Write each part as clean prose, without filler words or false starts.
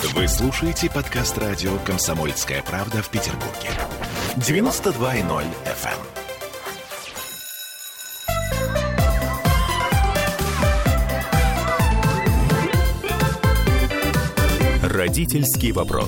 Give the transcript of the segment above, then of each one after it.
Вы слушаете подкаст радио «Комсомольская правда» в Петербурге. 92.0 FM. Родительский вопрос.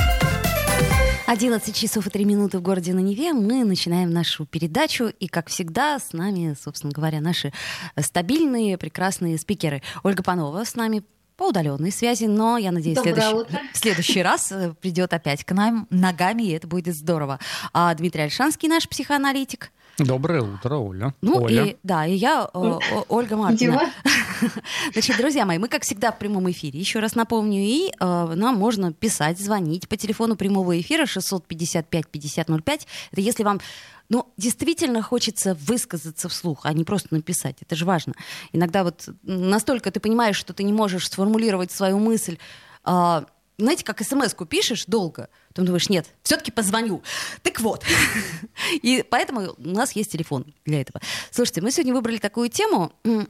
11 часов и 3 минуты в городе на Неве. Мы начинаем нашу передачу. И, как всегда, с нами, собственно говоря, наши стабильные, прекрасные спикеры. Ольга Панова с нами по удаленной связи, но, я надеюсь, в следующий раз придет опять к нам ногами, и это будет здорово. А Дмитрий Ольшанский, наш психоаналитик. Доброе утро, Оля. Оля. И я, Ольга Маркина. Значит, друзья мои, мы, как всегда, в прямом эфире. Еще раз напомню, и нам можно писать, звонить по телефону прямого эфира 655-5005. Это если вам действительно хочется высказаться вслух, а не просто написать. Это же важно. Иногда вот настолько ты понимаешь, что ты не можешь сформулировать свою мысль. Знаете, как смс-ку пишешь долго, потом думаешь, нет, все-таки позвоню. Так вот. И поэтому у нас есть телефон для этого. Слушайте, мы сегодня выбрали такую тему,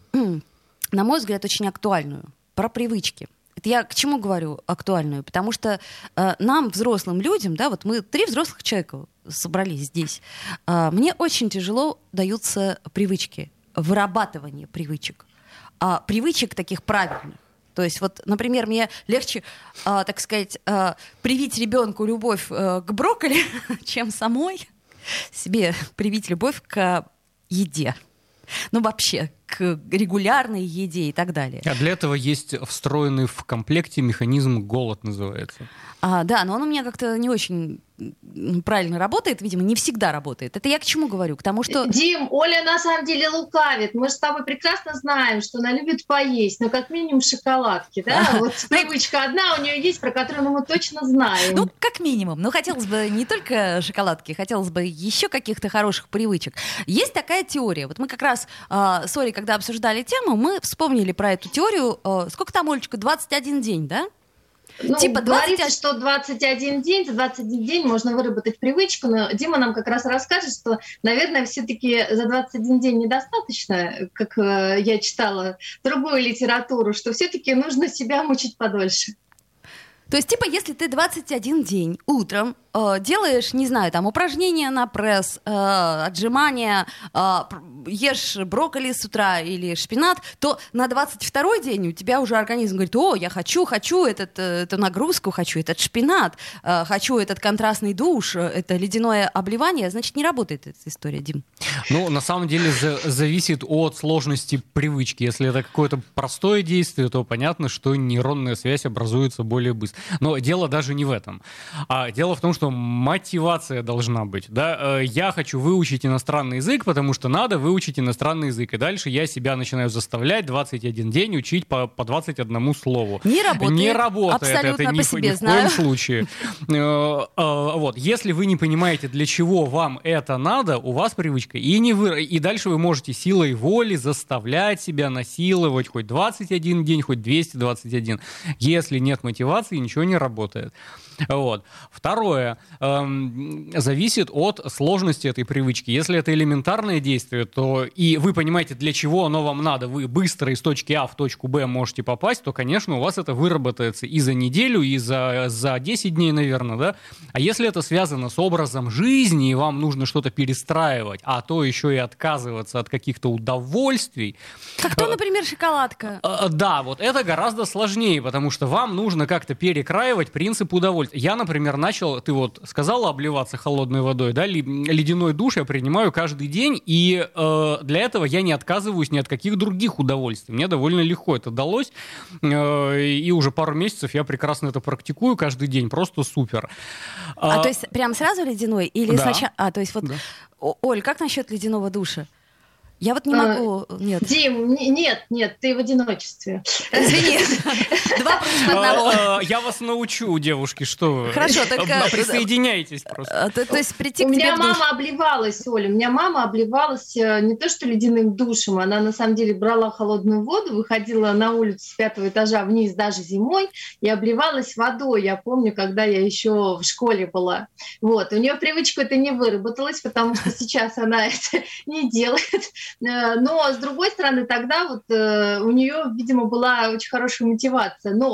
на мой взгляд, очень актуальную, про привычки. Это я к чему говорю актуальную? Потому что нам, взрослым людям, да, вот мы 3 взрослых человека собрались здесь, мне очень тяжело даются привычки, вырабатывание привычек. Привычек таких правильных. То есть, вот, например, мне легче, так сказать, привить ребенку любовь к брокколи, чем самой себе привить любовь к еде. Вообще, к регулярной еде и так далее. А для этого есть встроенный в комплекте механизм «голод» называется. Да, но он у меня как-то не очень правильно работает, видимо, не всегда работает. Это я к чему говорю? К тому, что... Дим, Оля на самом деле лукавит. Мы же с тобой прекрасно знаем, что она любит поесть, но как минимум шоколадки, да? Вот привычка одна у нее есть, про которую мы точно знаем. Как минимум. Но хотелось бы не только шоколадки, хотелось бы еще каких-то хороших привычек. Есть такая теория. Вот мы как раз с Олей, когда обсуждали тему, мы вспомнили про эту теорию. Сколько там, Олечка, 21 день, да? Говорится, что 21 день, за 21 день можно выработать привычку, но Дима нам как раз расскажет, что, наверное, все-таки за 21 день недостаточно, как я читала другую литературу, что все-таки нужно себя мучить подольше. То есть, если ты 21 день утром делаешь, не знаю, там, упражнения на пресс, отжимания, ешь брокколи с утра или шпинат, то на 22-й день у тебя уже организм говорит: я хочу эту нагрузку, хочу этот шпинат, хочу этот контрастный душ, это ледяное обливание. Значит, не работает эта история, Дим. На самом деле зависит от сложности привычки. Если это какое-то простое действие, то понятно, что нейронная связь образуется более быстро. Но дело даже не в этом. Дело в том, что мотивация должна быть. Да? Я хочу выучить иностранный язык, потому что надо выучить иностранный язык. И дальше я себя начинаю заставлять 21 день учить по 21 слову. Не работает. Не работает. Абсолютно это по себе ни в знаю. коем случае. Если вы не понимаете, для чего вам это надо, у вас привычка. И дальше вы можете силой воли заставлять себя насиловать хоть 21 день, хоть 221. Если нет мотивации, ничего не работает. Второе. Зависит от сложности этой привычки. Если это элементарное действие, то и вы понимаете, для чего оно вам надо, вы быстро из точки А в точку Б можете попасть, то, конечно, у вас это выработается и за неделю, и за 10 дней, наверное, да? А если это связано с образом жизни, и вам нужно что-то перестраивать, а то еще и отказываться от каких-то удовольствий... Как то, например, шоколадка. Да, это гораздо сложнее, потому что вам нужно как-то перекраивать принцип удовольствия. Я, например, начал, ты сказала обливаться холодной водой, да, ледяной душ я принимаю каждый день, и для этого я не отказываюсь ни от каких других удовольствий. Мне довольно легко это далось, и уже пару месяцев я прекрасно это практикую каждый день, просто супер. То есть прям сразу ледяной? Или да. сначала... Да. Оль, как насчет ледяного душа? Я не могу... Нет. Дим, нет, ты в одиночестве. Извини. 2 против 1. Я вас научу, девушки, что вы. Хорошо, только... Присоединяйтесь просто. То есть прийти к У тебе меня в душ. мама обливалась, Оля. У меня мама обливалась не то что ледяным душем, она на самом деле брала холодную воду, выходила на улицу с 5-го этажа вниз даже зимой и обливалась водой. Я помню, когда я еще в школе была. У нее привычка это не выработалась, потому что сейчас она это не делает. Но, с другой стороны, тогда у нее, видимо, была очень хорошая мотивация. Но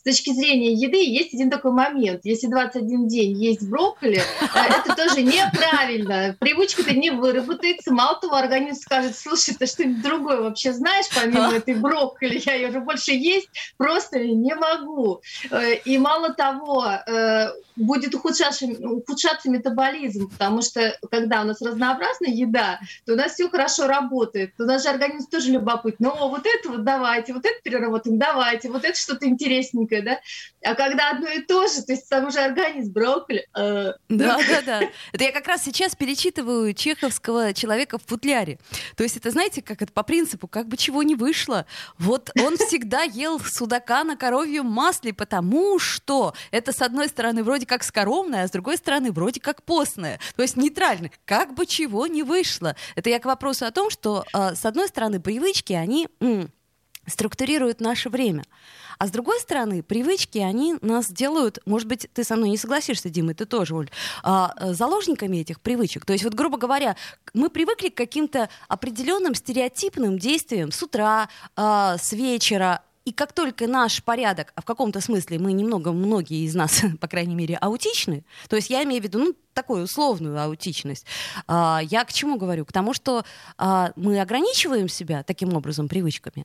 с точки зрения еды есть один такой момент. Если 21 день есть брокколи, это тоже неправильно. Привычка-то не выработается. Мало того, организм скажет: слушай, ты что-нибудь другое вообще знаешь, помимо этой брокколи? Я ее уже больше есть просто не могу. И мало того, будет ухудшаться метаболизм, потому что когда у нас разнообразная еда, то у нас все хорошо работает. У нас же организм тоже любопытный. Ну, вот это вот давайте, вот это переработаем, давайте, вот это что-то интересненькое, да? А когда одно и то же, то есть сам же организм, брокколи... Да. Это я как раз сейчас перечитываю чеховского «Человека в футляре». То есть это, знаете, как это по принципу, как бы чего ни вышло. Вот он всегда ел судака на коровьем масле, потому что это, с одной стороны, вроде как скоромное, а с другой стороны, вроде как постное. То есть нейтрально. Как бы чего ни вышло. Это я к вопросу о том, что, с одной стороны, привычки, они структурируют наше время. А с другой стороны, привычки, они нас делают, может быть, ты со мной не согласишься, Дима, и ты тоже, Оль, заложниками этих привычек. То есть, вот, грубо говоря, мы привыкли к каким-то определенным стереотипным действиям с утра, с вечера. И как только наш порядок, а в каком-то смысле многие из нас, по крайней мере, аутичны, то есть я имею в виду, такую условную аутичность, я к чему говорю? К тому, что мы ограничиваем себя таким образом привычками.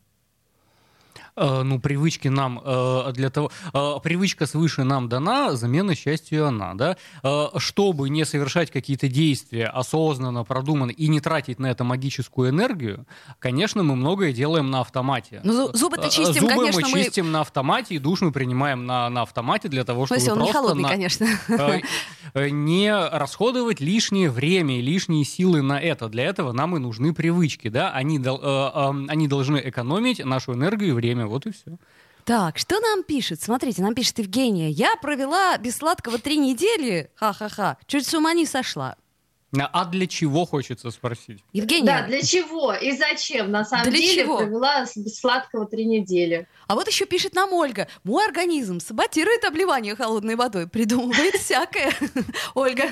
Привычки нам для того... Привычка свыше нам дана, замена счастью она, да? Чтобы не совершать какие-то действия осознанно, продуманно и не тратить на это магическую энергию, конечно, мы многое делаем на автомате. Зубы-то чистим, конечно, мы чистим на автомате, и душ мы принимаем на автомате для того, чтобы он просто... не холодный, конечно. Не расходовать лишнее время и лишние силы на это. Для этого нам и нужны привычки, да? Они должны экономить нашу энергию и время. Вот и все. Так, что нам пишет? Смотрите, нам пишет Евгения. Я провела без сладкого 3 недели. Ха-ха-ха. Чуть с ума не сошла. А для чего, хочется спросить? Евгения. Да, для чего и зачем? На самом деле провела без сладкого 3 недели. А вот еще пишет нам Ольга. Мой организм саботирует обливание холодной водой. Придумывает всякое. Ольга.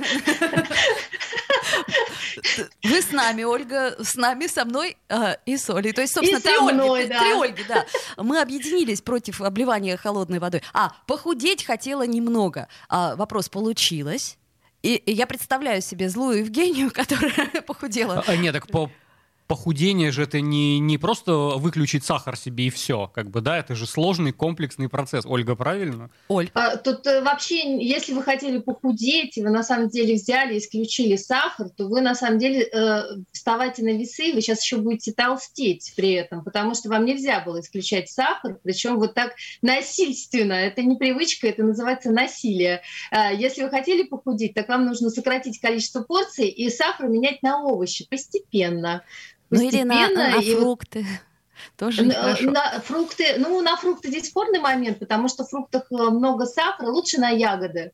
Вы с нами, Ольга, с нами, со мной и с Олей. То есть, собственно, три Ольги, да. Мы объединились против обливания холодной водой. Похудеть хотела немного. Вопрос: получилось? И я представляю себе злую Евгению, которая похудела. Нет, так похудение же это не просто выключить сахар себе и все, да, это же сложный комплексный процесс. Ольга, правильно? Оль. Тут вообще, если вы хотели похудеть, и вы на самом деле взяли и исключили сахар, то вы на самом деле вставайте на весы, вы сейчас еще будете толстеть при этом, потому что вам нельзя было исключать сахар, причем вот так насильственно. Это не привычка, это называется насилие. Если вы хотели похудеть, так вам нужно сократить количество порций и сахар менять на овощи постепенно. Или на фрукты. Тоже нехорошо. На фрукты здесь спорный момент, потому что в фруктах много сахара, лучше на ягоды.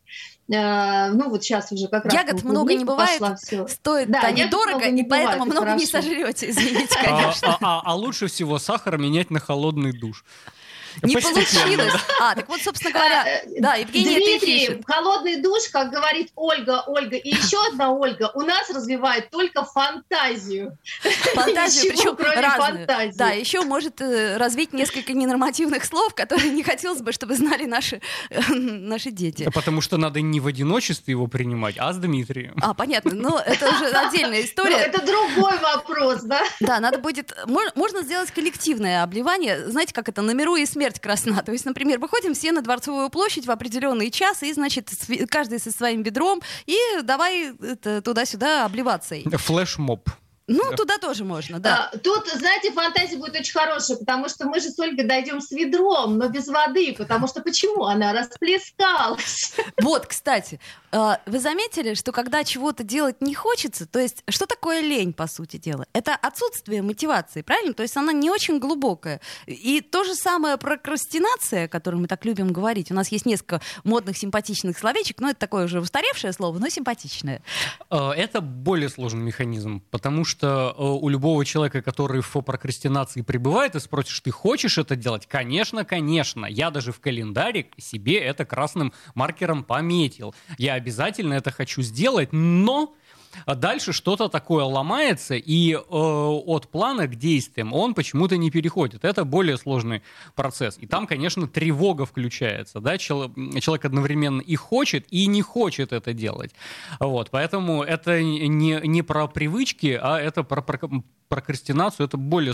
Вот сейчас уже как раз... Ягод много не бывает, стоят они дорого, и поэтому много не сожрете, извините, конечно. А лучше всего сахар менять на холодный душ. Не получилось. Так вот, собственно говоря, да, Евгения, Дмитрий, холодный душ, как говорит Ольга, и еще одна Ольга, у нас развивает только фантазию. Фантазию, причем разную. Да, еще может развить несколько ненормативных слов, которые не хотелось бы, чтобы знали наши дети. Потому что надо не в одиночестве его принимать, а с Дмитрием. Понятно, но это уже отдельная история. Это другой вопрос, да? Да, надо будет... Можно сделать коллективное обливание, знаете, как это, на миру и смерть красна. То есть, например, выходим все на Дворцовую площадь в определенный час, и, значит, каждый со своим ведром, и давай туда-сюда обливаться. Флешмоб. Туда тоже можно, да. Тут, знаете, фантазия будет очень хорошая, потому что мы же с Ольгой дойдем с ведром, но без воды, потому что почему? Она расплескалась. Вот, кстати, вы заметили, что когда чего-то делать не хочется, то есть что такое лень, по сути дела? Это отсутствие мотивации, правильно? То есть она не очень глубокая. И то же самое прокрастинация, о которой мы так любим говорить. У нас есть несколько модных, симпатичных словечек, но это такое уже устаревшее слово, но симпатичное. Это более сложный механизм, потому что у любого человека, который в прокрастинации пребывает, и спросишь, ты хочешь это делать? Конечно, конечно. Я даже в календаре себе это красным маркером пометил. Я обязательно это хочу сделать, но А дальше что-то такое ломается, и от плана к действиям он почему-то не переходит. Это более сложный процесс. И там, конечно, тревога включается. Да? Человек одновременно и хочет, и не хочет это делать. Вот. Поэтому это не про привычки, а это про прокрастинацию. Это более...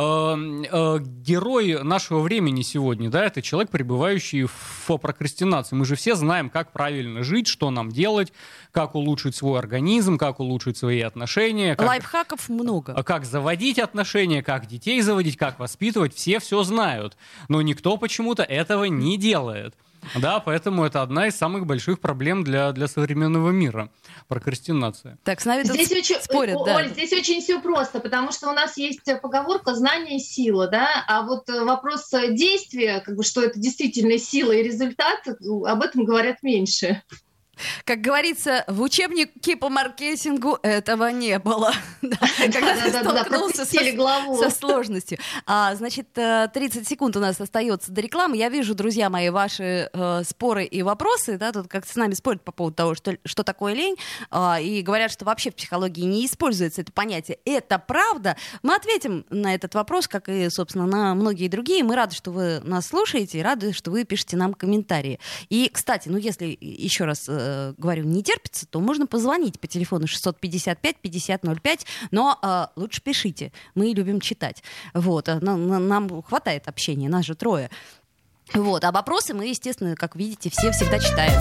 Герой нашего времени сегодня, да, это человек, пребывающий в прокрастинации. Мы же все знаем, как правильно жить, что нам делать, как улучшить свой организм, как улучшить свои отношения. Лайфхаков много. Как заводить отношения, как детей заводить, как воспитывать. Все знают. Но никто почему-то этого не делает. Да, поэтому это одна из самых больших проблем для современного мира. Прокрастинация. Так, с нами здесь очень, спорят, да. Оль, здесь очень все просто, потому что у нас есть поговорка «знание – сила», да, а вот вопрос действия, как бы, что это действительно сила и результат, об этом говорят меньше. Как говорится, в учебнике по маркетингу этого не было. Когда ты столкнулся со сложностью. Значит, 30 секунд у нас остается до рекламы. Я вижу, друзья мои, ваши споры и вопросы. Да, тут как-то с нами спорят по поводу того, что такое лень. И говорят, что вообще в психологии не используется это понятие. Это правда? Мы ответим на этот вопрос, как и, собственно, на многие другие. Мы рады, что вы нас слушаете, и рады, что вы пишете нам комментарии. И, кстати, если еще раз говорю, не терпится, то можно позвонить по телефону 655-5005, но лучше пишите, мы любим читать. Вот, нам хватает общения, нас же трое. Вот, а вопросы мы, естественно, как видите, все всегда читаем.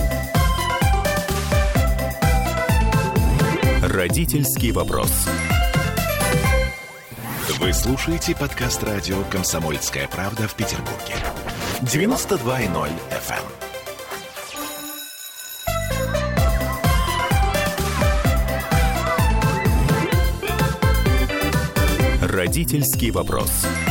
Родительский вопрос. Вы слушаете подкаст радио «Комсомольская правда» в Петербурге. 92.0 FM. Родительский вопрос.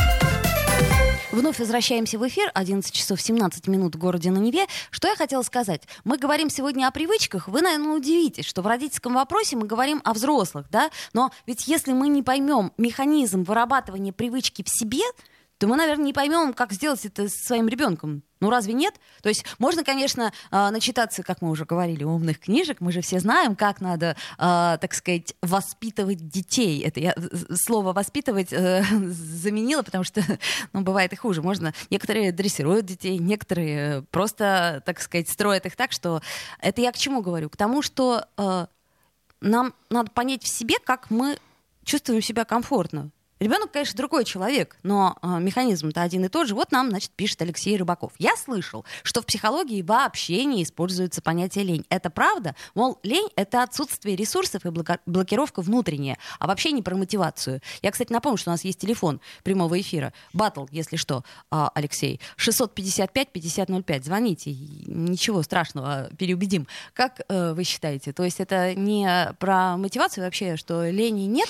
Вновь возвращаемся в эфир. 11 часов 17 минут в городе на Неве. Что я хотела сказать? Мы говорим сегодня о привычках. Вы, наверное, удивитесь, что в родительском вопросе мы говорим о взрослых, да? Но ведь если мы не поймем механизм вырабатывания привычки в себе, то мы, наверное, не поймем, как сделать это со своим ребенком. Ну, разве нет? То есть можно, конечно, начитаться, как мы уже говорили, умных книжек. Мы же все знаем, как надо, так сказать, воспитывать детей. Это я слово «воспитывать» заменила, потому что, бывает и хуже. Некоторые дрессируют детей, некоторые просто, так сказать, строят их так, что... Это я к чему говорю? К тому, что нам надо понять в себе, как мы чувствуем себя комфортно. Ребенок, конечно, другой человек, но механизм-то один и тот же. Вот нам, значит, пишет Алексей Рыбаков. Я слышал, что в психологии вообще не используется понятие лень. Это правда? Мол, лень — это отсутствие ресурсов и блокировка внутренняя, а вообще не про мотивацию. Я, кстати, напомню, что у нас есть телефон прямого эфира. Баттл, если что, Алексей. 655-5005. Звоните. Ничего страшного, переубедим. Как вы считаете? То есть это не про мотивацию вообще, что лени нет?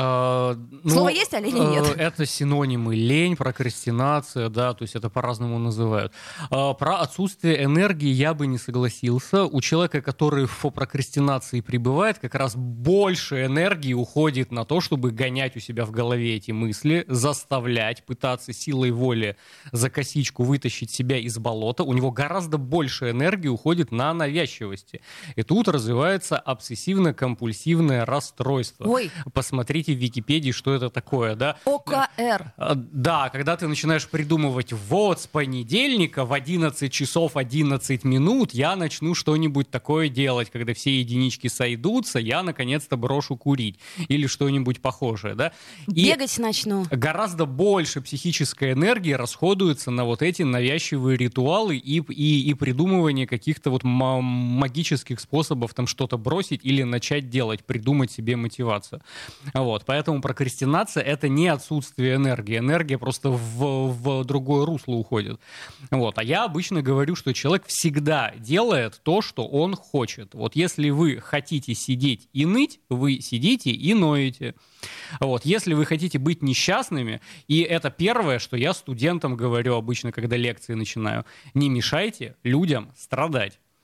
Слово есть, или нет? Это синонимы: лень, прокрастинация, да, то есть это по-разному называют. Про отсутствие энергии я бы не согласился. У человека, который в прокрастинации пребывает, как раз больше энергии уходит на то, чтобы гонять у себя в голове эти мысли, заставлять, пытаться силой воли за косичку вытащить себя из болота. У него гораздо больше энергии уходит на навязчивости. И тут развивается обсессивно-компульсивное расстройство. Ой. Посмотрите в Википедии, что это такое, да? ОКР. Да, когда ты начинаешь придумывать: вот с понедельника в 11 часов 11 минут я начну что-нибудь такое делать, когда все единички сойдутся, я наконец-то брошу курить или что-нибудь похожее, да? Бегать начну. Гораздо больше психической энергии расходуется на вот эти навязчивые ритуалы и придумывание каких-то вот магических способов там что-то бросить или начать делать, придумать себе мотивацию. Вот, поэтому прокрастинация — это не отсутствие энергии. Энергия просто в другое русло уходит. Вот. А я обычно говорю, что человек всегда делает то, что он хочет. Вот если вы хотите сидеть и ныть, вы сидите и ноете. Вот. Если вы хотите быть несчастными, и это первое, что я студентам говорю обычно, когда лекции начинаю: не мешайте людям страдать.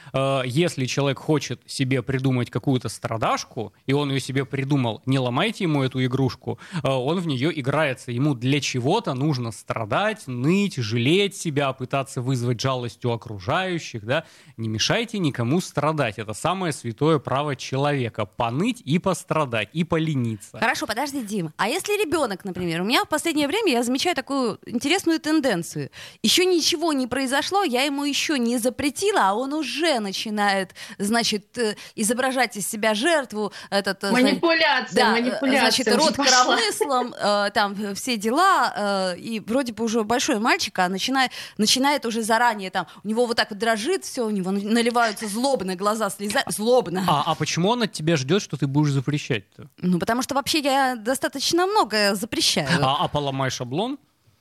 Если человек хочет себе придумать какую-то страдашку, и он ее себе придумал, не ломайте ему эту игрушку, он в нее играется. Ему для чего-то нужно страдать, ныть, жалеть себя, пытаться вызвать жалость у окружающих. Да? Не мешайте никому страдать. Это самое святое право человека. Поныть и пострадать, и полениться. Хорошо, подожди, Дим. А если ребенок, например, у меня в последнее время я замечаю такую интересную тенденцию. Еще ничего не произошло, я ему еще не запретила, а он уже начинает, значит, изображать из себя жертву. Манипуляция. Значит, рот коромыслом, там все дела, и вроде бы уже большой мальчик, а начинает уже заранее, там, у него вот так вот дрожит все, у него наливаются злобно, глаза слезают, злобно. А почему он от тебя ждет, что ты будешь запрещать-то? Ну, потому что вообще я достаточно многое запрещаю. А поломай шаблон?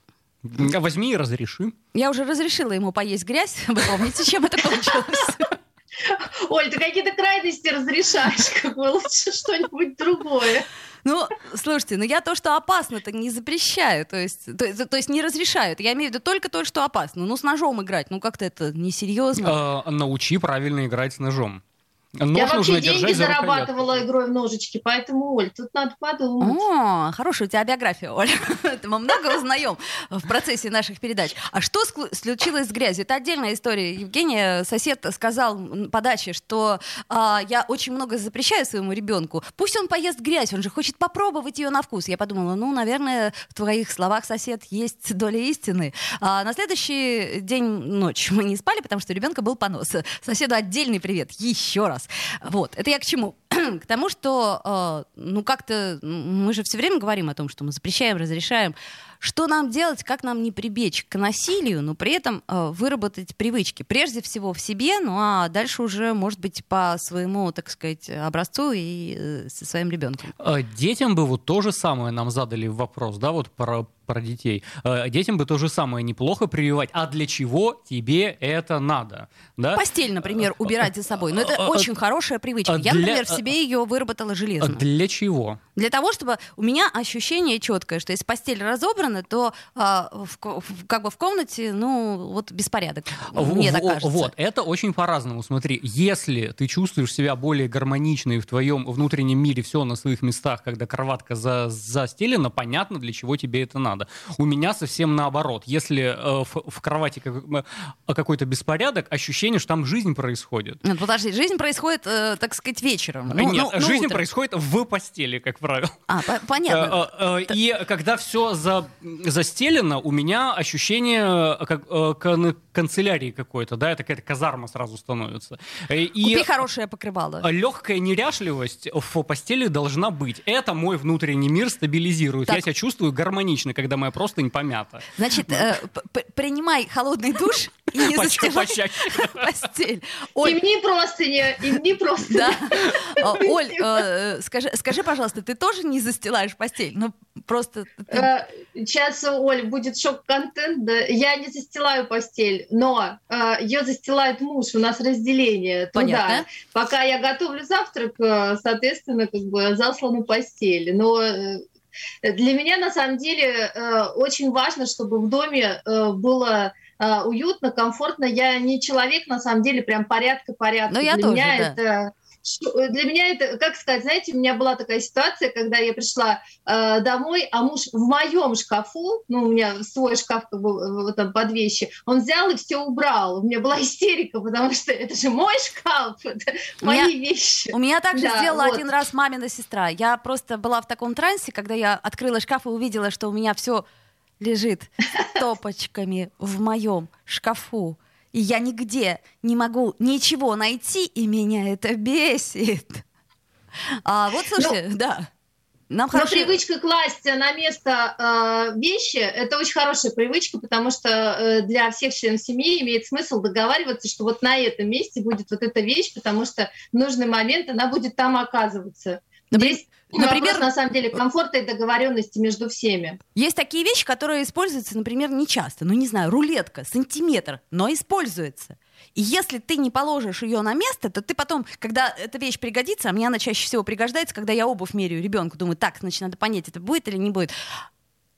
Возьми и разреши. Я уже разрешила ему поесть грязь. Вы помните, чем это кончилось? Оль, ты какие-то крайности разрешаешь, как бы лучше что-нибудь другое. Ну, слушайте, я то, что опасно-то не запрещаю, то есть не разрешаю. Я имею в виду только то, что опасно. Ну, с ножом играть, как-то это несерьезно. Научи правильно играть с ножом. Нож я вообще деньги зарабатывала игрой в ножички, поэтому, Оль, тут надо подумать. О, хорошая у тебя биография, Оля. Мы много узнаем в процессе наших передач. А что случилось с грязью? Это отдельная история. Евгения, сосед, сказал по даче, что я очень много запрещаю своему ребенку. Пусть он поест грязь, он же хочет попробовать ее на вкус. Я подумала, наверное, в твоих словах, сосед, есть доля истины. На следующий день, ночь мы не спали, потому что у ребенка был понос. Соседу отдельный привет еще раз. Вот, это я к чему? К тому, что, как-то мы же все время говорим о том, что мы запрещаем, разрешаем. Что нам делать, как нам не прибечь к насилию, но при этом выработать привычки? Прежде всего в себе, а дальше уже, может быть, по своему, так сказать, образцу и со своим ребенком. Детям бы вот то же самое нам задали вопрос, да, вот про детей. Детям бы то же самое неплохо прививать. А для чего тебе это надо? Да? Постель, например, убирать за собой. Но это очень хорошая привычка. Я, например, в себе ее выработала железно. Для чего? Для того, чтобы у меня ощущение четкое, что если постель разобрана, то в комнате, беспорядок. Мне так кажется. Вот, это очень по-разному. Смотри, если ты чувствуешь себя более гармонично и в твоем внутреннем мире все на своих местах, когда кроватка застелена, понятно, для чего тебе это надо. У меня совсем наоборот. Если в кровати какой-то беспорядок, ощущение, что там жизнь происходит. Подожди, жизнь происходит, так сказать, вечером. Нет, жизнь происходит в постели, как правило. Понятно. И когда все застелено, у меня ощущение канцелярии какой-то, да, это какая-то казарма сразу становится. Купи хорошее покрывало. Легкая неряшливость в постели должна быть. Это мой внутренний мир стабилизирует. Так. Я себя чувствую гармонично, когда моя простынь помята. Значит, принимай холодный душ и не застилай постель. И мне простыни. Да. Оль, скажи, пожалуйста, ты тоже не застилаешь постель? Просто... Сейчас, Оль, будет шок-контент. Да? Я не застилаю постель, но ее застилает муж. У нас разделение туда. Понятно. Пока я готовлю завтрак, соответственно, заслану постель. Но для меня, на самом деле, очень важно, чтобы в доме было уютно, комфортно. Я не человек, на самом деле, прям порядка. Но я тоже, да. Для меня это, как сказать, знаете, у меня была такая ситуация, когда я пришла домой, а муж в моем шкафу, у меня свой шкаф там под вещи, он взял и все убрал. У меня была истерика, потому что это же мой шкаф, это мои вещи. У меня также сделала один раз мамина сестра. Я просто была в таком трансе, когда я открыла шкаф и увидела, что у меня все лежит топочками в моем шкафу. И я нигде не могу ничего найти, и меня это бесит. Слушай, да. Но привычка класть на место вещи – это очень хорошая привычка, потому что для всех членов семьи имеет смысл договариваться, что вот на этом месте будет вот эта вещь, потому что в нужный момент она будет там оказываться. Здесь вопрос, на самом деле, комфорта и договоренности между всеми. Есть такие вещи, которые используются, например, нечасто. Не знаю, рулетка, сантиметр, но используется. И если ты не положишь ее на место, то ты потом, когда эта вещь пригодится, а мне она чаще всего пригождается, когда я обувь меряю ребенку, думаю, так, значит, надо понять, это будет или не будет.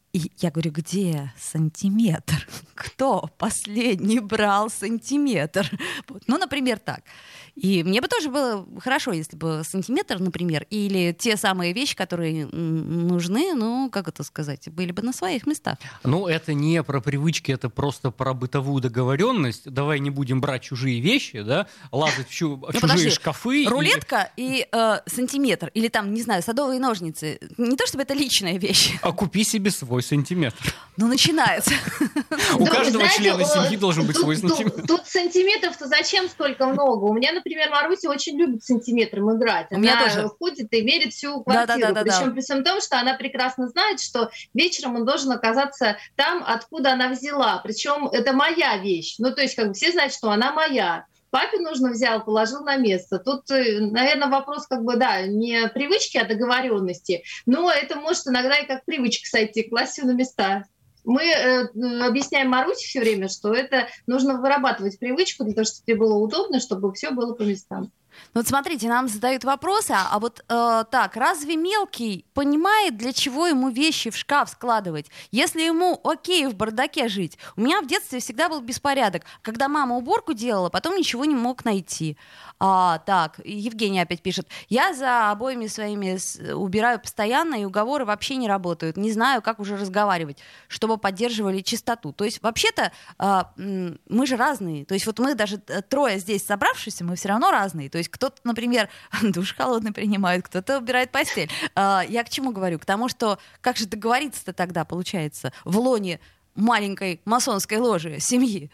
И я говорю, где сантиметр? Кто последний брал сантиметр? Вот. Ну, например, так. И мне бы тоже было хорошо, если бы сантиметр, например, или те самые вещи, которые нужны, ну, как это сказать, были бы на своих местах. Ну, это не про привычки, это просто про бытовую договоренность. Давай не будем брать чужие вещи, да, лазать в чужие шкафы. Рулетка и сантиметр, или там, не знаю, садовые ножницы. Не то чтобы это личная вещь. А купи себе свой сантиметр. Ну, начинается. У каждого члена семьи должен быть свой сантиметр. Тут сантиметров-то зачем столько много? У меня, например, Маруся очень любит сантиметром играть. Она ходит и мерит всю квартиру. Причем при всем том, что она прекрасно знает, что вечером он должен оказаться там, откуда она взяла. Причем это моя вещь. Ну, то есть, как бы все знают, что она моя. Папе нужно взял, положил на место. Тут, наверное, вопрос как бы, да, не привычки, а договоренности. Но это может иногда и как привычка, кстати, класть все на места. Мы объясняем Марусе все время, что это нужно вырабатывать привычку для того, чтобы тебе было удобно, чтобы все было по местам. Ну вот смотрите, нам задают вопросы, а вот так, разве мелкий понимает, для чего ему вещи в шкаф складывать? Если ему окей в бардаке жить? У меня в детстве всегда был беспорядок. Когда мама уборку делала, потом ничего не мог найти. Так, Евгения опять пишет. Я за обоими своими убираю постоянно, и уговоры вообще не работают. Не знаю, как уже разговаривать, чтобы поддерживали чистоту. То есть вообще-то мы же разные. То есть вот мы даже трое здесь собравшиеся, мы все равно разные. То есть кто-то, например, душ холодный принимает, кто-то убирает постель. Я к чему говорю? К тому, что как же договориться-то тогда, получается, в лоне маленькой масонской ложи семьи?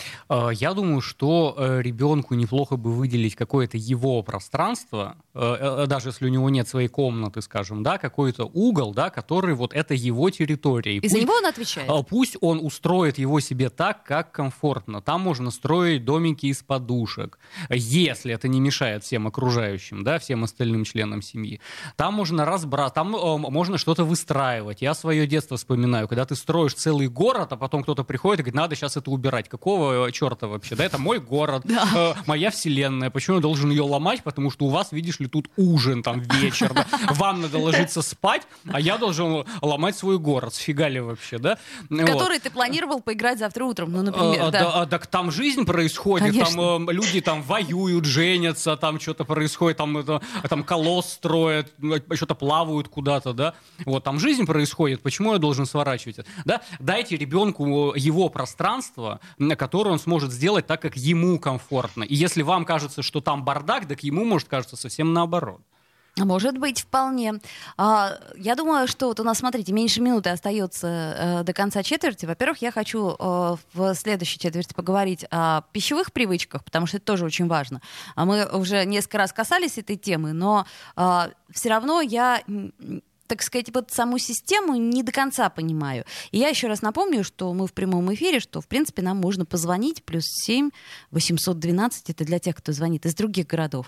Я думаю, что ребенку неплохо бы выделить какое-то его пространство, даже если у него нет своей комнаты, скажем, да, какой-то угол, да, который вот это его территория. И за него он отвечает. Пусть он устроит его себе так, как комфортно. Там можно строить домики из подушек, если это не мешает всем окружающим, да, всем остальным членам семьи. Там можно там можно что-то выстраивать. Я свое детство вспоминаю, когда ты строишь целый город, а потом кто-то приходит и говорит, надо сейчас это убирать. Какого черта вообще? Да, это мой город, моя вселенная. Почему я должен ее ломать? Потому что у вас, видишь ли, тут ужин, там вечер, да? Вам надо ложиться спать, а я должен ломать свой город. Сфига ли вообще, да? Который ты планировал поиграть завтра утром, ну, например. Так там жизнь происходит, конечно. Там люди там воюют, женятся, там что-то происходит, там колосс строят, что-то плавают куда-то, да? Вот, там жизнь происходит, почему я должен сворачивать? Да? Дайте ребенку его пространство, которое он сможет сделать так, как ему комфортно. И если вам кажется, что там бардак, так ему может кажется совсем наоборот. Может быть, вполне. Я думаю, что вот у нас, смотрите, меньше минуты остается до конца четверти. Во-первых, я хочу в следующей четверти поговорить о пищевых привычках, потому что это тоже очень важно. Мы уже несколько раз касались этой темы, но все равно я, так сказать, вот саму систему не до конца понимаю. И я еще раз напомню, что мы в прямом эфире, что, в принципе, нам можно позвонить. +7 812, это для тех, кто звонит из других городов.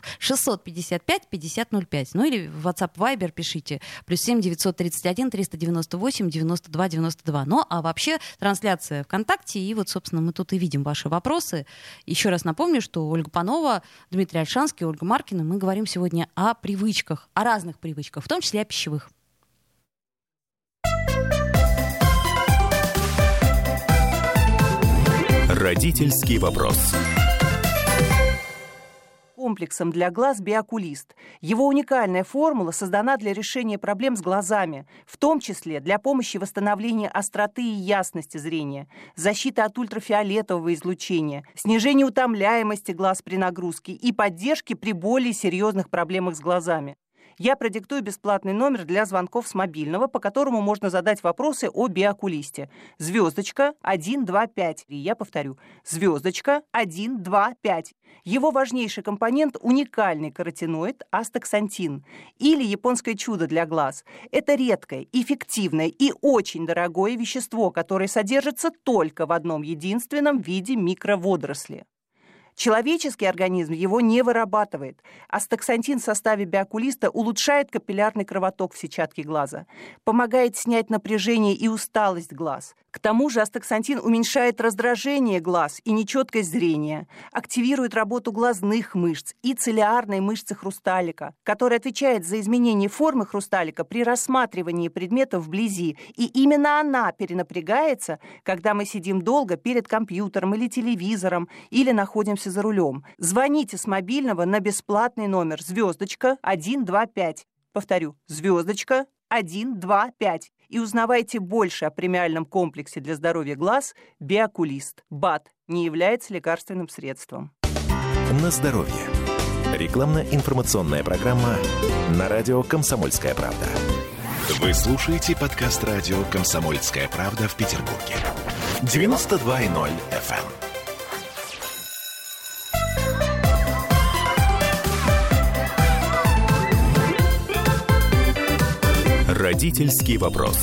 655-5005. Ну или в WhatsApp Viber пишите. +7 931 398 92 92. Ну а вообще трансляция ВКонтакте. И вот, собственно, мы тут и видим ваши вопросы. Еще раз напомню, что Ольга Панова, Дмитрий Ольшанский, Ольга Маркина. Мы говорим сегодня о привычках, о разных привычках, в том числе о пищевых. Родительский вопрос. Комплексом для глаз Биокулист. Его уникальная формула создана для решения проблем с глазами, в том числе для помощи восстановления остроты и ясности зрения, защиты от ультрафиолетового излучения, снижения утомляемости глаз при нагрузке и поддержки при более серьезных проблемах с глазами. Я продиктую бесплатный номер для звонков с мобильного, по которому можно задать вопросы о Биокулисте. *125. И я повторю. *125. Его важнейший компонент – уникальный каротиноид астаксантин, или японское чудо для глаз. Это редкое, эффективное и очень дорогое вещество, которое содержится только в одном единственном виде микроводоросли. Человеческий организм его не вырабатывает. Астаксантин в составе биокулиста улучшает капиллярный кровоток в сетчатке глаза, помогает снять напряжение и усталость глаз. К тому же астаксантин уменьшает раздражение глаз и нечеткость зрения, активирует работу глазных мышц и цилиарной мышцы хрусталика, которая отвечает за изменение формы хрусталика при рассматривании предметов вблизи. И именно она перенапрягается, когда мы сидим долго перед компьютером или телевизором, или находимся за рулем. Звоните с мобильного на бесплатный номер *125. Повторю, *125. И узнавайте больше о премиальном комплексе для здоровья глаз «Биокулист». БАД не является лекарственным средством. На здоровье. Рекламно-информационная программа на радио «Комсомольская правда». Вы слушаете подкаст радио «Комсомольская правда» в Петербурге. 92.0 FM. Родительский вопрос.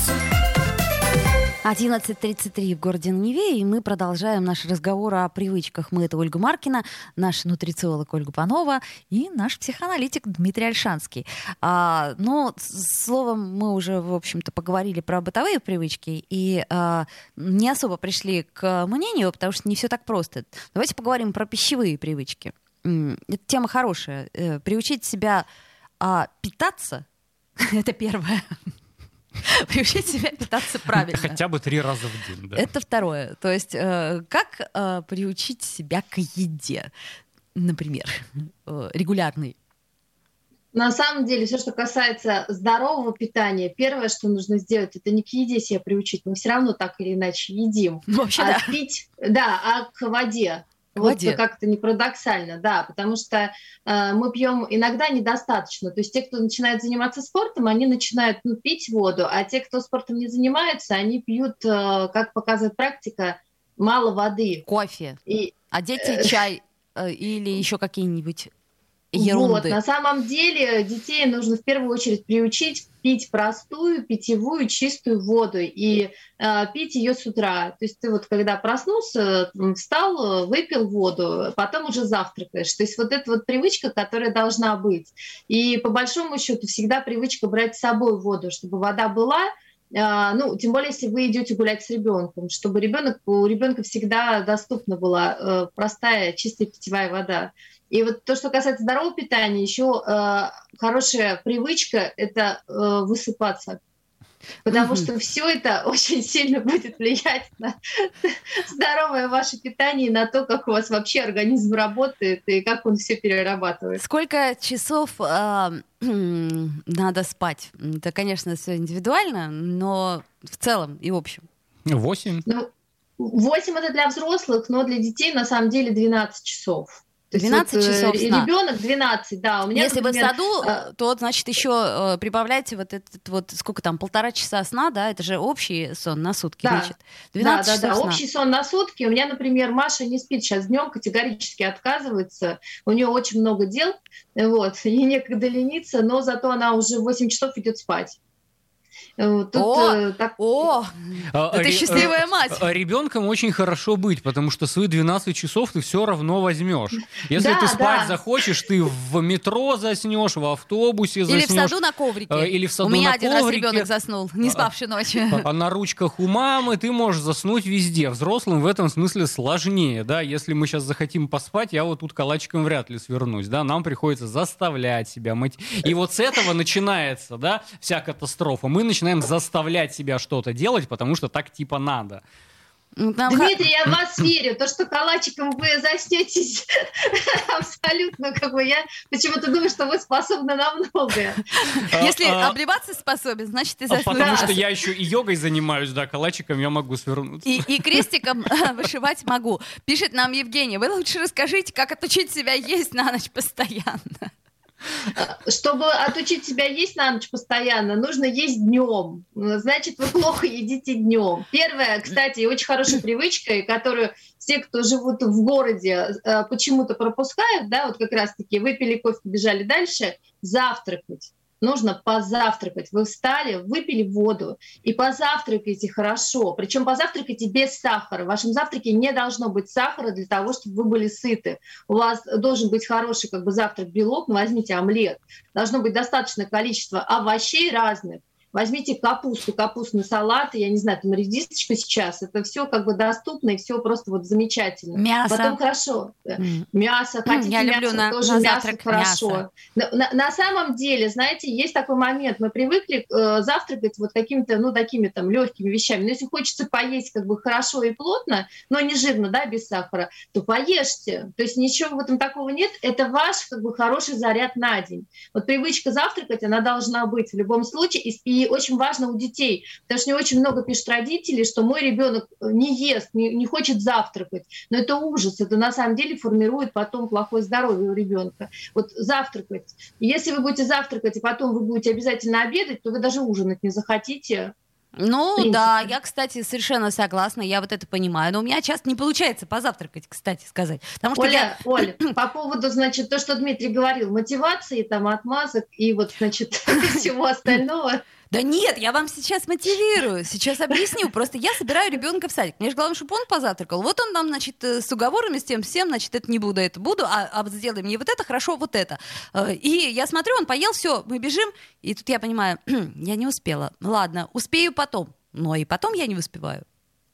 11:33 в городе Неве, и мы продолжаем наш разговор о привычках. Мы — это Ольга Маркина, наш нутрициолог Ольга Панова и наш психоаналитик Дмитрий Ольшанский. Но, словом, мы уже, в общем-то, поговорили про бытовые привычки и не особо пришли к мнению, потому что не все так просто. Давайте поговорим про пищевые привычки. Это тема хорошая. Приучить себя питаться — это первое. Приучить себя питаться правильно. Хотя бы 3 раза в день, да. Это второе. То есть как приучить себя к еде, например, регулярной? На самом деле, все, что касается здорового питания, первое, что нужно сделать, это не к еде себя приучить. Мы все равно так или иначе едим. Вообще, а пить, а к воде. Вот как-то не парадоксально, да, потому что мы пьем иногда недостаточно. То есть те, кто начинает заниматься спортом, они начинают пить воду, а те, кто спортом не занимается, они пьют, как показывает практика, мало воды. Кофе. А дети чай или еще какие-нибудь ерунды. Вот, на самом деле детей нужно в первую очередь приучить пить простую, питьевую, чистую воду и пить ее с утра. То есть ты вот когда проснулся, встал, выпил воду, потом уже завтракаешь. То есть вот эта вот привычка, которая должна быть. И по большому счету всегда привычка брать с собой воду, чтобы вода была. Тем более, если вы идете гулять с ребенком, чтобы у ребенка всегда доступна была простая, чистая питьевая вода. И вот то, что касается здорового питания, еще хорошая привычка – это высыпаться. Потому что все это очень сильно будет влиять на здоровое ваше питание и на то, как у вас вообще организм работает и как он все перерабатывает. Сколько часов надо спать? Это, конечно, все индивидуально, но в целом и в общем. 8. 8 это для взрослых, но для детей на самом деле 12 часов. 12 часов сна. Ребенок 12, да. У меня, если например, вы в саду, то, значит, еще прибавляйте вот этот вот, сколько там, 1,5 часа сна, да, это же общий сон на сутки, да. Значит, 12 часов сна. Общий сон на сутки. У меня, например, Маша не спит сейчас днем, категорически отказывается, у нее очень много дел, вот, ей некогда лениться, но зато она уже в 8 часов идет спать. Это счастливая мать. Ребенком очень хорошо быть, потому что свои 12 часов ты все равно возьмешь. Если ты спать захочешь, ты в метро заснешь, в автобусе заснешь. Или в саду на коврике. У меня один раз ребенок заснул, не спавший ночью. А на ручках у мамы ты можешь заснуть везде. Взрослым в этом смысле сложнее. Да? Если мы сейчас захотим поспать, я вот тут калачиком вряд ли свернусь. Да? Нам приходится заставлять себя мыть. И вот с этого начинается, да, вся катастрофа. Мы начинаем заставлять себя что-то делать, потому что так типа надо. Дмитрий, я в вас верю. То, что калачиком вы заснетесь, абсолютно, я почему-то думаю, что вы способны на многое. Если обливаться способен, значит и заснуть. Потому что я еще и йогой занимаюсь, да, калачиком я могу свернуться. И крестиком вышивать могу. Пишет нам Евгения, вы лучше расскажите, как отучить себя есть на ночь постоянно. Чтобы отучить себя есть на ночь постоянно, нужно есть днем. Значит, вы плохо едите днем. Первая, кстати, очень хорошая привычка, которую все, кто живут в городе, почему-то пропускают, да, вот как раз-таки выпили кофе, бежали дальше, завтракать. нужно позавтракать. Вы встали, выпили воду и позавтракайте хорошо. Причем позавтракайте без сахара. В вашем завтраке не должно быть сахара для того, чтобы вы были сыты. У вас должен быть хороший завтрак, белок, но возьмите омлет. Должно быть достаточное количество овощей разных. Возьмите капусту, капустный салат, я не знаю, там редисочку сейчас. Это все доступно и все просто замечательно. Мясо. Потом хорошо. Мясо. Хотите я мясо, люблю тоже на мясо завтрак хорошо. мясо. На самом деле, знаете, есть такой момент. Мы привыкли завтракать какими-то, такими легкими вещами. Но если хочется поесть хорошо и плотно, но не жирно, да, без сахара, то поешьте. То есть ничего в этом такого нет. Это ваш хороший заряд на день. Вот привычка завтракать, она должна быть в любом случае. И очень важно у детей, потому что мне очень много пишут родители, что мой ребенок не ест, не хочет завтракать. Но это ужас. Это на самом деле формирует потом плохое здоровье у ребенка. Вот завтракать. И если вы будете завтракать, и потом вы будете обязательно обедать, то вы даже ужинать не захотите. Ну да, я, кстати, совершенно согласна, я вот это понимаю, но у меня часто не получается позавтракать, кстати сказать. Потому что Оля, по поводу, то, что Дмитрий говорил, мотивации, отмазок и всего остального. Да нет, я вам сейчас мотивирую, сейчас объясню. Просто я собираю ребенка в садик. Мне же главное, чтобы он позавтракал. Вот он нам, с уговорами, с тем всем, это не буду, это буду, а сделай мне вот это, хорошо, вот это. И я смотрю, он поел, все, мы бежим, и тут я понимаю, я не успела. Ладно, успею потом. Но и потом я не успеваю.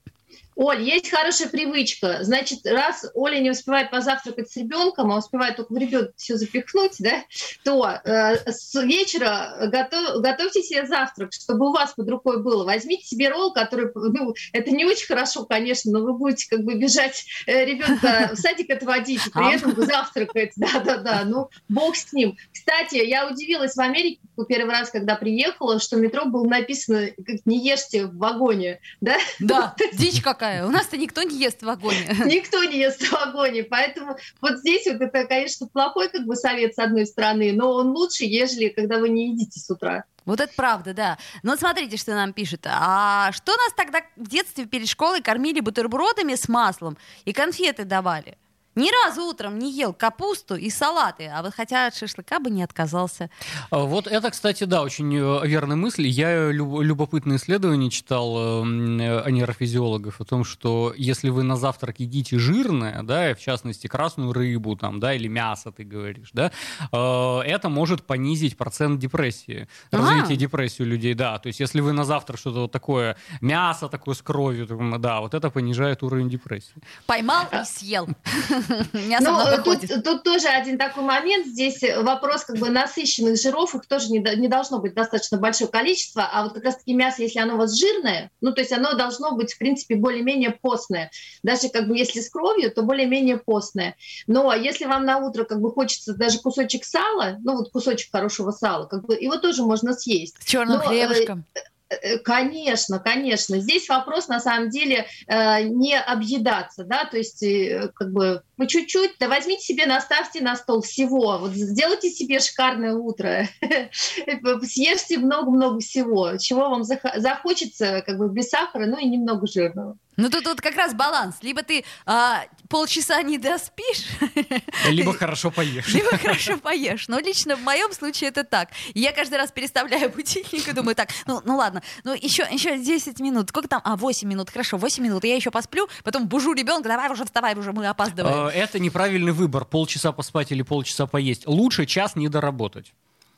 Оль, есть хорошая привычка. Значит, раз Оля не успевает позавтракать с ребенком, а успевает только в ребенка все запихнуть, да, то с вечера готовьте себе завтрак, чтобы у вас под рукой было. Возьмите себе ролл, который, это не очень хорошо, конечно, но вы будете бежать ребенка в садик отводить, и при этом завтракать. Да, бог с ним. Кстати, я удивилась в Америке первый раз, когда приехала, что в метро было написано «не ешьте в вагоне». Да, да, дичь какая. У нас-то никто не ест в вагоне. Никто не ест в вагоне, поэтому здесь это, конечно, плохой совет с одной стороны, но он лучше, ежели когда вы не едите с утра. Вот это правда, да. Но смотрите, что нам пишут. А что нас тогда в детстве перед школой кормили бутербродами с маслом и конфеты давали? Ни разу утром не ел капусту и салаты, а вот хотя от шашлыка бы не отказался. Вот это, кстати, да, очень верная мысль. Я любопытное исследование читал нейрофизиологов о том, что если вы на завтрак едите жирное, да, в частности красную рыбу, или мясо, ты говоришь, да, это может понизить процент депрессии, развитие депрессии у людей, да. То есть если вы на завтрак что-то такое, мясо такое с кровью, да, вот это понижает уровень депрессии. Поймал и съел. Тут тоже один такой момент. Здесь вопрос насыщенных жиров, их тоже не должно быть достаточно большое количество, а вот как раз-таки мясо, если оно у вас жирное, то есть оно должно быть, в принципе, более-менее постное. Даже если с кровью, то более-менее постное. Но если вам на утро хочется даже кусочек сала, кусочек хорошего сала, его тоже можно съесть. С черным хлебушком. Конечно. Здесь вопрос, на самом деле, не объедаться, да, то есть по чуть-чуть, да возьмите себе, наставьте на стол всего, сделайте себе шикарное утро, съешьте много-много всего, чего вам захочется, без сахара, и немного жирного. Тут как раз баланс. Либо ты полчаса не доспишь, либо хорошо поешь. Но лично в моем случае это так. Я каждый раз переставляю будильник и думаю, так, ладно, еще 10 минут. Сколько там? 8 минут. Хорошо, 8 минут. Я еще посплю, потом бужу ребенка, давай уже вставай, уже мы опаздываем. Это неправильный выбор. Полчаса поспать или полчаса поесть. Лучше час не доработать.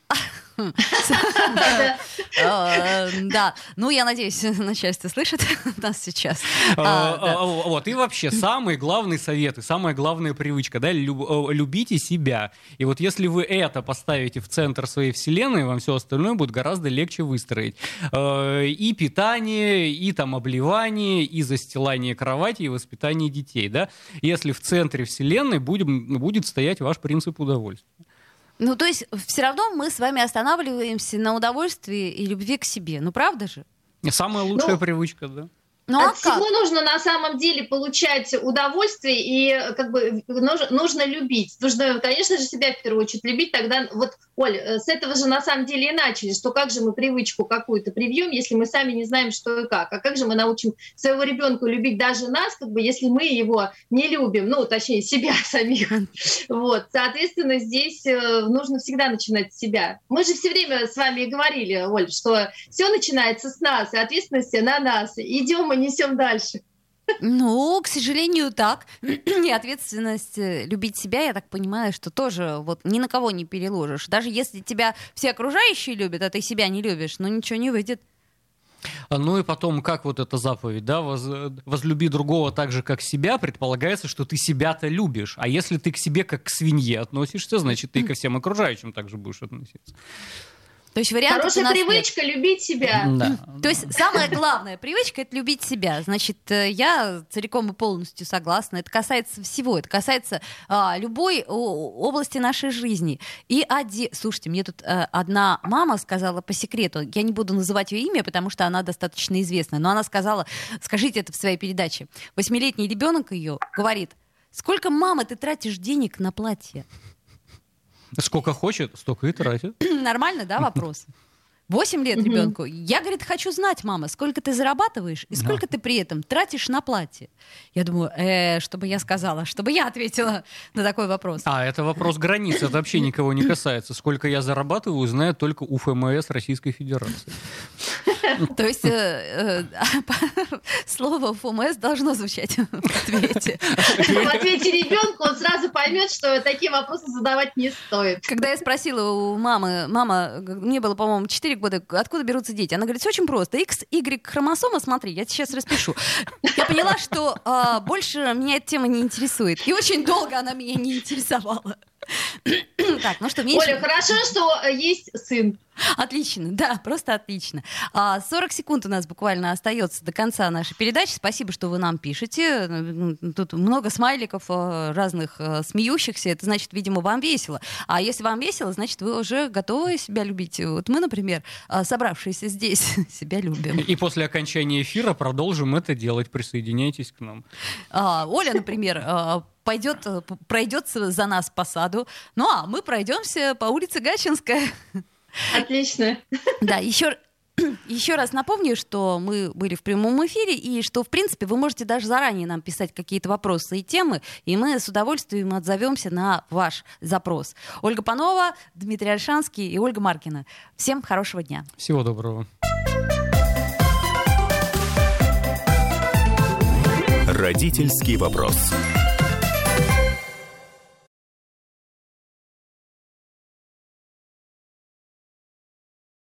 Да, я надеюсь, начальство слышит нас сейчас. Вот, и вообще, самый главный совет и самая главная привычка, да, любите себя. И вот если вы это поставите в центр своей вселенной, вам все остальное будет гораздо легче выстроить. И питание, и обливание, и застилание кровати, и воспитание детей, да. Если в центре вселенной будет стоять ваш принцип удовольствия. То есть все равно мы с вами останавливаемся на удовольствии и любви к себе. Правда же? Самая лучшая привычка, да. От всего нужно на самом деле получать удовольствие, и как бы нужно любить. Нужно, конечно же, себя в первую очередь любить. Тогда вот, Оль, с этого же на самом деле и начали, что как же мы привычку какую-то привьем, если мы сами не знаем, что и как. А как же мы научим своего ребенка любить даже нас, как бы, если мы его не любим, ну, точнее, себя самих. Вот, соответственно, здесь нужно всегда начинать с себя. Мы же все время с вами говорили, Оль, что все начинается с нас, и ответственность на нас. Идем и несем дальше. Ну, к сожалению, так. И ответственность любить себя, я так понимаю, что тоже вот ни на кого не переложишь. Даже если тебя все окружающие любят, а ты себя не любишь, ну ничего не выйдет. Ну и потом, как вот эта заповедь, да, возлюби другого так же, как себя, предполагается, что ты себя-то любишь. А если ты к себе как к свинье относишься, значит, ты и ко всем окружающим также будешь относиться. То есть вариантов хорошая привычка любить себя. Да. То есть самая главная привычка — это любить себя. Значит, я целиком и полностью согласна. Это касается всего. Это касается любой области нашей жизни. И слушайте, мне тут одна мама сказала по секрету, я не буду называть ее имя, потому что она достаточно известна, но она сказала, скажите это в своей передаче. 8-летний ребенок ее говорит: сколько, мама, ты тратишь денег на платье? Сколько хочет, столько и тратит. Нормально, да, вопрос? 8 лет ребенку. Я, говорит, хочу знать, мама, сколько ты зарабатываешь и сколько ты при этом тратишь на платье. Я думаю, чтобы я сказала, чтобы я ответила на такой вопрос. Это вопрос границ, это вообще никого не касается. Сколько я зарабатываю, знает только УФМС Российской Федерации. То есть слово УФМС должно звучать в ответе. В ответе ребенку он сразу поймет, что такие вопросы задавать не стоит. Когда я спросила у мамы, мне было, по-моему, 4 года, откуда берутся дети? Она говорит, все очень просто. X, Y хромосома, смотри, я сейчас распишу. Я поняла, что больше меня эта тема не интересует. И очень долго она меня не интересовала. Так, ну что, Оля, хорошо, что есть сын. Отлично, да, просто отлично. 40 секунд у нас буквально остается до конца нашей передачи. Спасибо, что вы нам пишете. Тут много смайликов разных смеющихся. Это значит, видимо, вам весело. А если вам весело, значит, вы уже готовы себя любить. Вот мы, например, собравшиеся здесь, себя любим. И после окончания эфира продолжим это делать. Присоединяйтесь к нам. Оля, например, пройдется за нас по саду. Ну, а мы пройдемся по улице Гатчинская. Отлично. Да, еще раз напомню, что мы были в прямом эфире, и что, в принципе, вы можете даже заранее нам писать какие-то вопросы и темы, и мы с удовольствием отзовемся на ваш запрос. Ольга Панова, Дмитрий Ольшанский и Ольга Маркина. Всем хорошего дня. Всего доброго. Родительский вопрос.